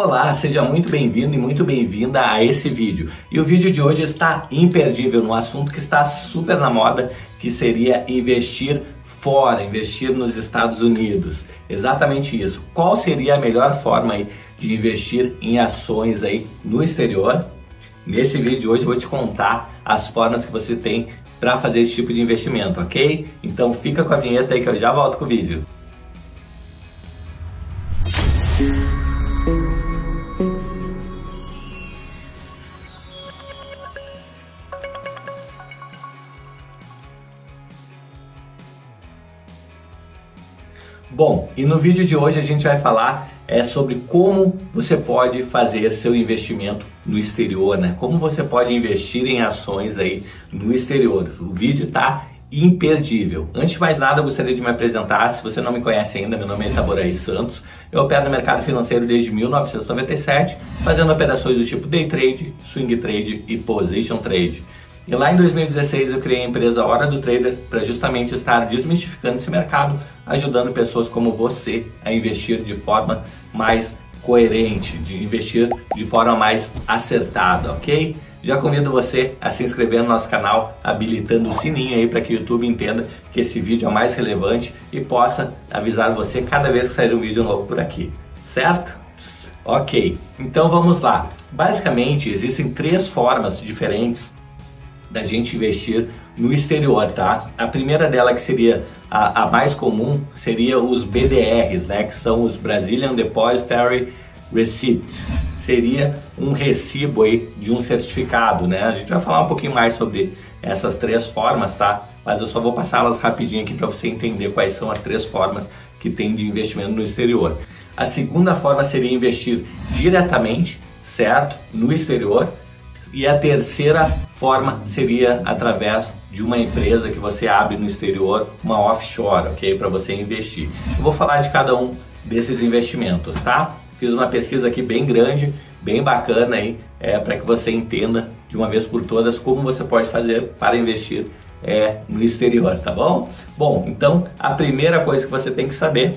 Olá, seja muito bem-vindo e muito bem-vinda a esse vídeo. E o vídeo de hoje está imperdível num assunto que está super na moda, que seria investir fora, investir nos Estados Unidos. Exatamente isso. Qual seria a melhor forma aí de investir em ações aí no exterior? Nesse vídeo de hoje eu vou te contar as formas que você tem para fazer esse tipo de investimento, ok? Então fica com a vinheta aí que eu já volto com o vídeo. Bom, e no vídeo de hoje a gente vai falar sobre como você pode fazer seu investimento no exterior, né? Como você pode investir em ações aí no exterior. O vídeo tá imperdível. Antes de mais nada, eu gostaria de me apresentar. Se você não me conhece ainda, meu nome é Itaboraí Santos. Eu opero no mercado financeiro desde 1997, fazendo operações do tipo day trade, swing trade e position trade. E lá em 2016 eu criei a empresa Hora do Trader para justamente estar desmistificando esse mercado, ajudando pessoas como você a investir de forma mais coerente, de investir de forma mais acertada, ok? Já convido você a se inscrever no nosso canal, habilitando o sininho aí para que o YouTube entenda que esse vídeo é o mais relevante e possa avisar você cada vez que sair um vídeo novo por aqui, certo? Ok, então vamos lá. Basicamente existem três formas diferentes da gente investir no exterior, tá? A primeira dela, que seria a mais comum, seria os BDRs, né? Que são os Brazilian Depositary Receipt. Seria um recibo aí de um certificado, né? A gente vai falar um pouquinho mais sobre essas três formas, tá? Mas eu só vou passá-las rapidinho aqui para você entender quais são as três formas que tem de investimento no exterior. A segunda forma seria investir diretamente, certo? No exterior. E a terceira forma seria através de uma empresa que você abre no exterior, uma offshore, ok? Para você investir. Eu vou falar de cada um desses investimentos, tá? Fiz uma pesquisa aqui bem grande, bem bacana aí, para que você entenda de uma vez por todas como você pode fazer para investir no exterior, tá bom? Bom, então a primeira coisa que você tem que saber,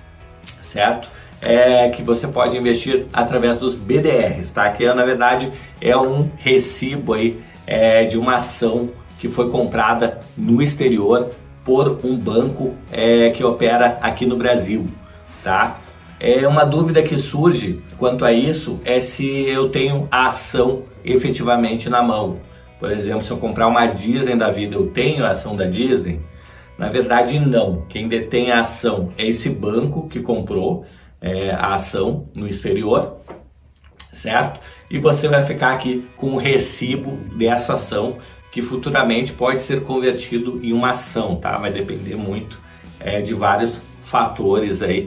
certo? Que você pode investir através dos BDRs, tá? Que na verdade é um recibo aí de uma ação que foi comprada no exterior por um banco que opera aqui no Brasil, tá? Uma dúvida que surge quanto a isso é se eu tenho a ação efetivamente na mão. Por exemplo, se eu comprar uma Disney da vida, eu tenho a ação da Disney? Na verdade não. Quem detém a ação é esse banco que comprou a ação no exterior, certo? E você vai ficar aqui com o recibo dessa ação, que futuramente pode ser convertido em uma ação, tá? Vai depender muito de vários fatores aí,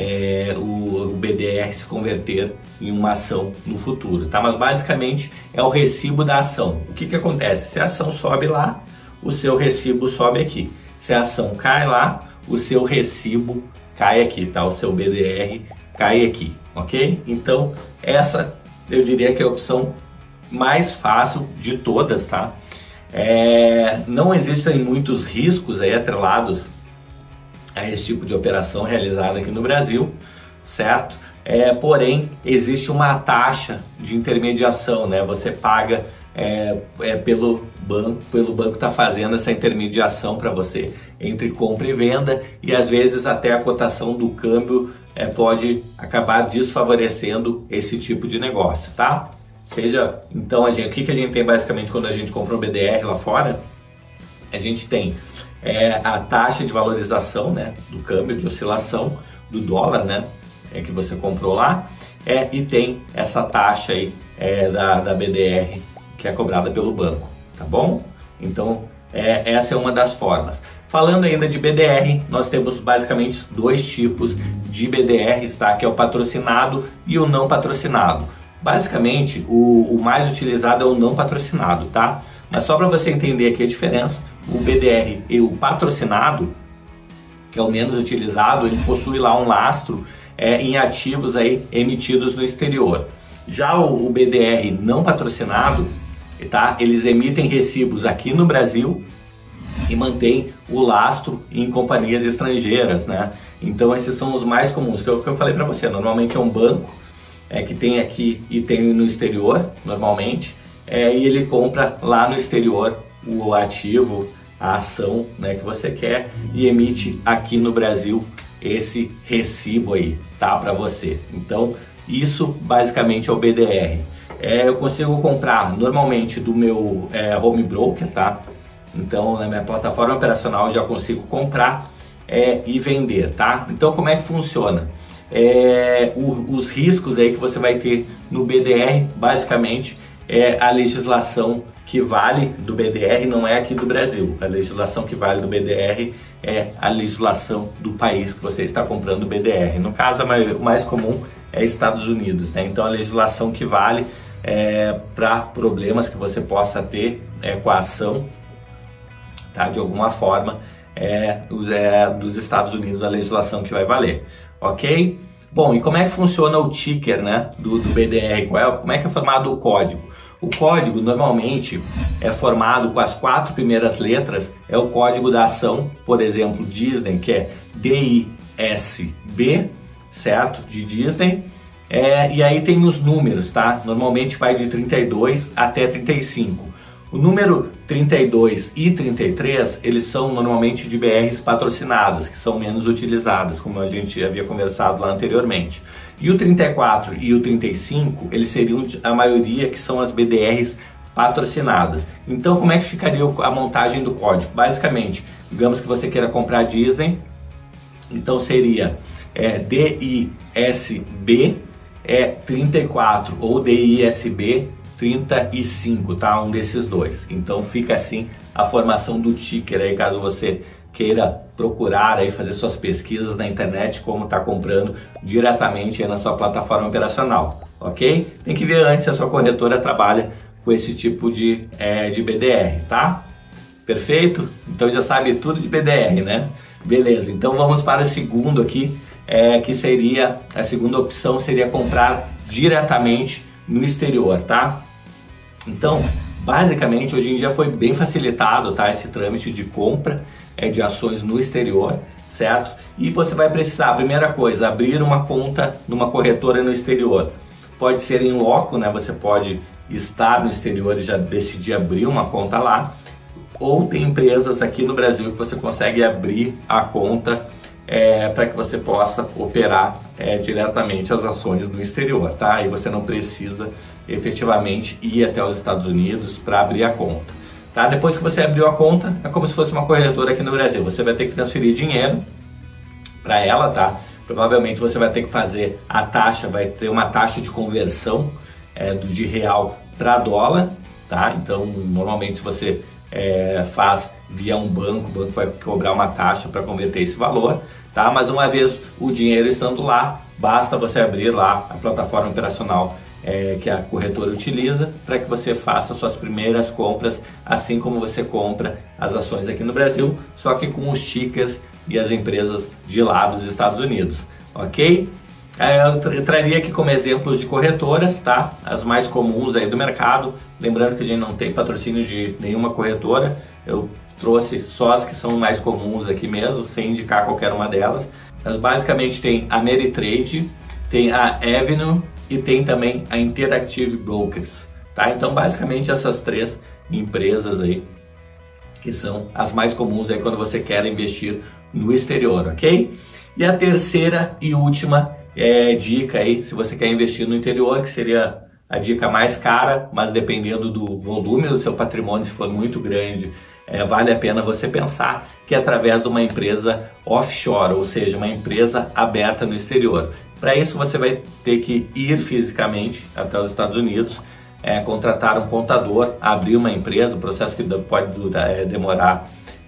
o BDR se converter em uma ação no futuro, tá? Mas basicamente é o recibo da ação. O que que acontece? Se a ação sobe lá, o seu recibo sobe aqui. Se a ação cai lá, o seu recibo cai aqui, tá? O seu BDR cai aqui, ok? Então essa eu diria que é a opção mais fácil de todas, tá? Não existem muitos riscos aí atrelados a esse tipo de operação realizada aqui no Brasil, certo? Porém existe uma taxa de intermediação, né? Você paga pelo banco está fazendo essa intermediação para você entre compra e venda, e às vezes até a cotação do câmbio pode acabar desfavorecendo esse tipo de negócio, tá? Então o que a gente tem basicamente quando a gente compra um BDR lá fora? A gente tem a taxa de valorização, né, do câmbio, de oscilação do dólar, né, que você comprou lá, e tem essa taxa aí da BDR que é cobrada pelo banco, tá bom? Então essa é uma das formas. Falando ainda de BDR, nós temos basicamente dois tipos de BDRs, tá? Que é o patrocinado e o não patrocinado. Basicamente o mais utilizado é o não patrocinado, tá? Mas só para você entender aqui a diferença, o BDR e o patrocinado, que é o menos utilizado, ele possui lá um lastro em ativos aí emitidos no exterior. Já o BDR não patrocinado, tá? Eles emitem recibos aqui no Brasil e mantém o lastro em companhias estrangeiras, né? Então esses são os mais comuns, que é o que eu falei para você. Normalmente é um banco que tem aqui e tem no exterior, normalmente, e ele compra lá no exterior o ativo, a ação, né, que você quer e emite aqui no Brasil esse recibo aí, tá, para você. Então, isso basicamente é o BDR. Eu consigo comprar normalmente do meu home broker, tá? Então, na minha plataforma operacional eu já consigo comprar e vender, tá? Então, como é que funciona? Os riscos aí que você vai ter no BDR, basicamente, é a legislação que vale do BDR, não é aqui do Brasil. A legislação que vale do BDR é a legislação do país que você está comprando o BDR. No caso, o mais comum é Estados Unidos, né? Então, a legislação que vale para problemas que você possa ter com a ação, tá? De alguma forma, dos Estados Unidos a legislação que vai valer, ok? Bom, e como é que funciona o ticker, né, do BDR? Como é que é formado o código? O código normalmente é formado com as 4 primeiras letras, é o código da ação, por exemplo, Disney, que é DISB, certo? De Disney. E aí tem os números, tá? Normalmente vai de 32 até 35. O número 32 e 33, eles são normalmente de BRs patrocinadas, que são menos utilizadas, como a gente havia conversado lá anteriormente. E o 34 e o 35, eles seriam a maioria que são as BDRs patrocinadas. Então, como é que ficaria a montagem do código? Basicamente, digamos que você queira comprar Disney, então seria DISB 34 ou DISB 35, tá? Um desses dois. Então fica assim a formação do ticker aí, caso você queira procurar aí, fazer suas pesquisas na internet, como tá comprando diretamente aí na sua plataforma operacional, ok? Tem que ver antes se a sua corretora trabalha com esse tipo de BDR, tá? Perfeito? Então já sabe tudo de BDR, né? Beleza, então vamos para o segundo aqui, que seria, a segunda opção seria comprar diretamente no exterior, tá? Então, basicamente, hoje em dia foi bem facilitado, tá, esse trâmite de compra de ações no exterior, certo? E você vai precisar, a primeira coisa, abrir uma conta numa corretora no exterior. Pode ser em loco, né? Você pode estar no exterior e já decidir abrir uma conta lá, ou tem empresas aqui no Brasil que você consegue abrir a conta para que você possa operar diretamente as ações no exterior, tá? E você não precisa efetivamente ir até os Estados Unidos para abrir a conta, tá? Depois que você abriu a conta, é como se fosse uma corretora aqui no Brasil. Você vai ter que transferir dinheiro para ela, tá? Provavelmente você vai ter que fazer a taxa, vai ter uma taxa de conversão de real para dólar, tá? Então, normalmente se você faz via um banco, o banco vai cobrar uma taxa para converter esse valor, tá? Mas uma vez o dinheiro estando lá, basta você abrir lá a plataforma operacional que a corretora utiliza para que você faça suas primeiras compras, assim como você compra as ações aqui no Brasil, só que com os tickers e as empresas de lá dos Estados Unidos, ok? Eu traria aqui como exemplos de corretoras, tá? As mais comuns aí do mercado, lembrando que a gente não tem patrocínio de nenhuma corretora, eu trouxe só as que são mais comuns aqui mesmo, sem indicar qualquer uma delas. Mas basicamente tem a Ameritrade, tem a Avenue e tem também a Interactive Brokers, tá? Então basicamente essas 3 empresas aí que são as mais comuns aí quando você quer investir no exterior, ok? E a terceira e última dica aí, se você quer investir no interior, que seria a dica mais cara, mas dependendo do volume do seu patrimônio, se for muito grande, vale a pena você pensar que é através de uma empresa offshore, ou seja, uma empresa aberta no exterior. Para isso você vai ter que ir fisicamente até os Estados Unidos, contratar um contador, abrir uma empresa, um processo que pode demorar,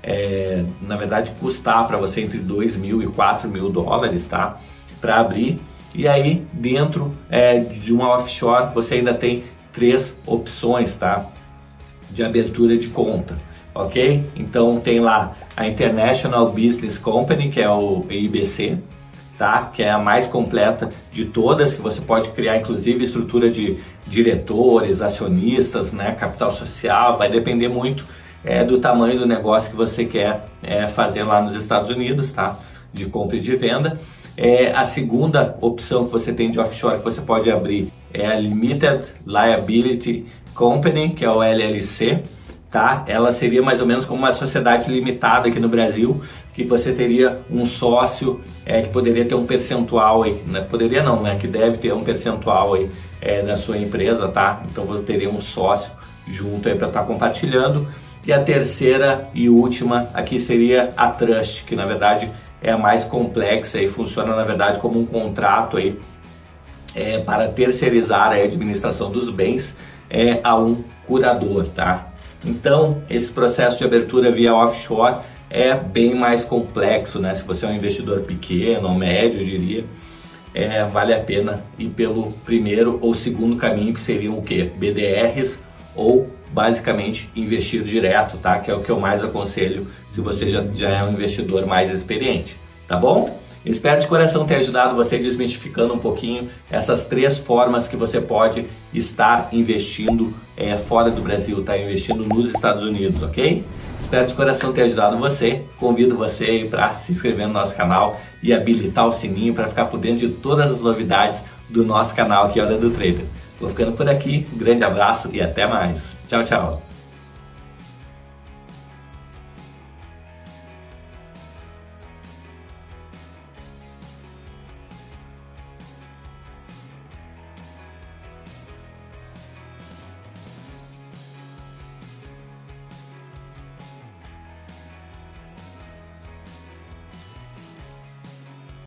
na verdade custar para você entre 2 mil e 4 mil dólares, tá? Para abrir. E aí dentro de uma offshore você ainda tem 3 opções, tá? De abertura de conta, ok? Então tem lá a International Business Company, que é o IBC, tá? Que é a mais completa de todas, que você pode criar inclusive estrutura de diretores, acionistas, né? Capital social, vai depender muito do tamanho do negócio que você quer fazer lá nos Estados Unidos, tá? De compra e de venda. A segunda opção que você tem de offshore que você pode abrir é a Limited Liability Company, que é o LLC, tá? Ela seria mais ou menos como uma sociedade limitada aqui no Brasil, que você teria um sócio que poderia ter um percentual aí, né? Poderia não, né? Que deve ter um percentual aí da sua empresa, tá? Então você teria um sócio junto aí para estar compartilhando. E a terceira e última aqui seria a Trust, que na verdade é a mais complexa e funciona na verdade como um contrato aí para terceirizar a administração dos bens a um curador, tá? Então esse processo de abertura via offshore é bem mais complexo, né? Se você é um investidor pequeno ou médio, eu diria, vale a pena ir pelo primeiro ou segundo caminho, que seriam o quê? BDRs ou basicamente investir direto, tá? Que é o que eu mais aconselho se você já é um investidor mais experiente, tá bom? Espero de coração ter ajudado você desmistificando um pouquinho essas 3 formas que você pode estar investindo fora do Brasil, tá? Investindo nos Estados Unidos, ok? Espero de coração ter ajudado você. Convido você aí para se inscrever no nosso canal e habilitar o sininho para ficar por dentro de todas as novidades do nosso canal aqui, Hora do Trader. Vou ficando por aqui, um grande abraço e até mais. Tchau, tchau!